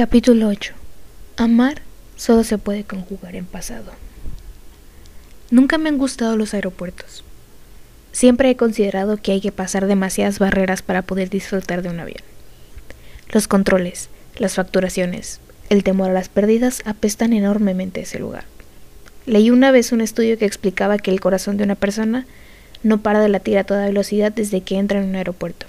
Capítulo 8. Amar solo se puede conjugar en pasado. Nunca me han gustado los aeropuertos. Siempre he considerado que hay que pasar demasiadas barreras para poder disfrutar de un avión. Los controles, las facturaciones, el temor a las pérdidas apestan enormemente ese lugar. Leí una vez un estudio que explicaba que el corazón de una persona no para de latir a toda velocidad desde que entra en un aeropuerto.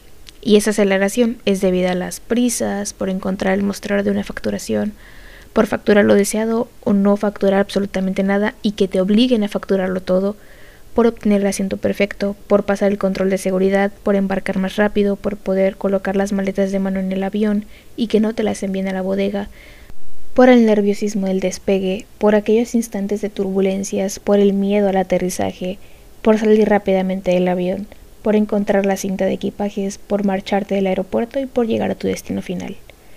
Y esa aceleración es debida a las prisas, por encontrar el mostrador de una facturación, por facturar lo deseado o no facturar absolutamente nada y que te obliguen a facturarlo todo, por obtener el asiento perfecto, por pasar el control de seguridad, por embarcar más rápido, por poder colocar las maletas de mano en el avión y que no te las envíen a la bodega, por el nerviosismo del despegue, por aquellos instantes de turbulencias, por el miedo al aterrizaje, por salir rápidamente del avión, por encontrar la cinta de equipajes, por marcharte del aeropuerto y por llegar a tu destino final.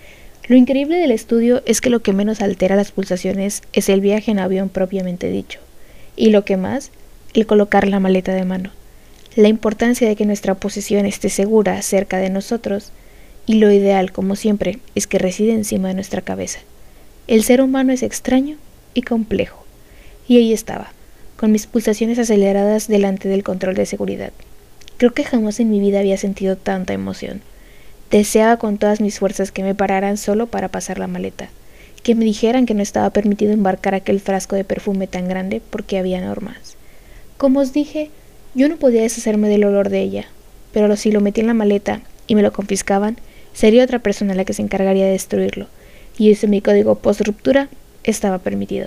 Lo increíble del estudio es que lo que menos altera las pulsaciones es el viaje en avión propiamente dicho, y lo que más, el colocar la maleta de mano. La importancia de que nuestra posición esté segura cerca de nosotros, y lo ideal, como siempre, es que reside encima de nuestra cabeza. El ser humano es extraño y complejo, y ahí estaba, con mis pulsaciones aceleradas delante del control de seguridad. Creo que jamás en mi vida había sentido tanta emoción. Deseaba con todas mis fuerzas que me pararan solo para pasar la maleta, que me dijeran que no estaba permitido embarcar aquel frasco de perfume tan grande porque había normas. Como os dije, yo no podía deshacerme del olor de ella, pero si lo metí en la maleta y me lo confiscaban, sería otra persona la que se encargaría de destruirlo, y ese mi código post-ruptura estaba permitido.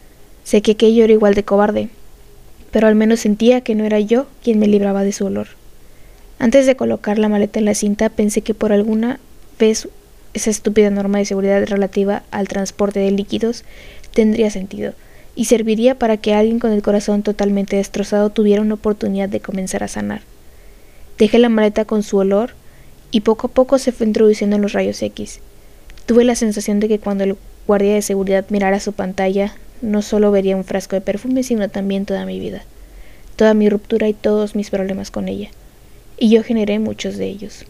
Sé que aquello era igual de cobarde, pero al menos sentía que no era yo quien me libraba de su olor. Antes de colocar la maleta en la cinta, pensé que por alguna vez esa estúpida norma de seguridad relativa al transporte de líquidos tendría sentido, y serviría para que alguien con el corazón totalmente destrozado tuviera una oportunidad de comenzar a sanar. Dejé la maleta con su olor, y poco a poco se fue introduciendo en los rayos X. Tuve la sensación de que cuando el guardia de seguridad mirara su pantalla, no solo vería un frasco de perfume, sino también toda mi vida, toda mi ruptura y todos mis problemas con ella. Y yo generé muchos de ellos.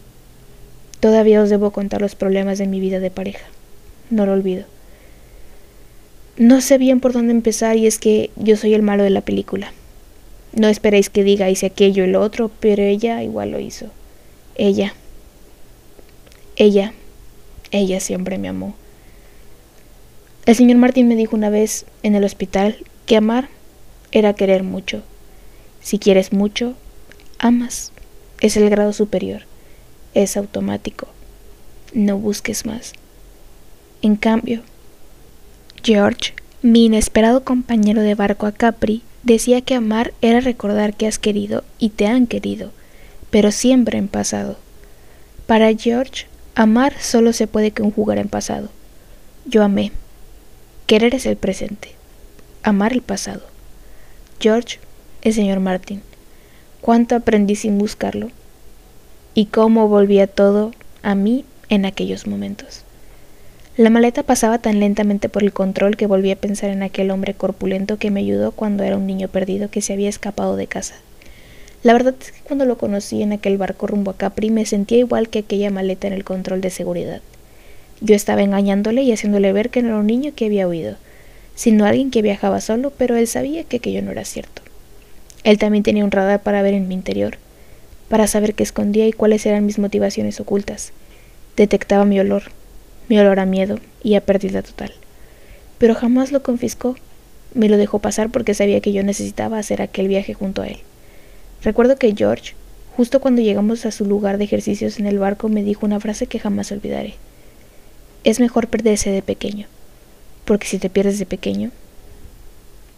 Todavía os debo contar los problemas de mi vida de pareja. No lo olvido. No sé bien por dónde empezar y es que yo soy el malo de la película. No esperéis que diga hice aquello y lo otro, pero ella igual lo hizo. Ella siempre me amó. El señor Martin me dijo una vez en el hospital que amar era querer mucho. Si quieres mucho, amas. Es el grado superior. Es automático. No busques más. En cambio, George, mi inesperado compañero de barco a Capri, decía que amar era recordar que has querido y te han querido, pero siempre en pasado. Para George, amar solo se puede conjugar en pasado. Yo amé. Querer es el presente. Amar el pasado. George, el señor Martin. Cuánto aprendí sin buscarlo, y cómo volvía todo a mí en aquellos momentos. La maleta pasaba tan lentamente por el control que volví a pensar en aquel hombre corpulento que me ayudó cuando era un niño perdido que se había escapado de casa. La verdad es que cuando lo conocí en aquel barco rumbo a Capri me sentía igual que aquella maleta en el control de seguridad. Yo estaba engañándole y haciéndole ver que no era un niño que había huido, sino alguien que viajaba solo, pero él sabía que aquello no era cierto. Él también tenía un radar para ver en mi interior, para saber qué escondía y cuáles eran mis motivaciones ocultas. Detectaba mi olor a miedo y a pérdida total. Pero jamás lo confiscó, me lo dejó pasar porque sabía que yo necesitaba hacer aquel viaje junto a él. Recuerdo que George, justo cuando llegamos a su lugar de ejercicios en el barco, me dijo una frase que jamás olvidaré. Es mejor perderse de pequeño, porque si te pierdes de pequeño,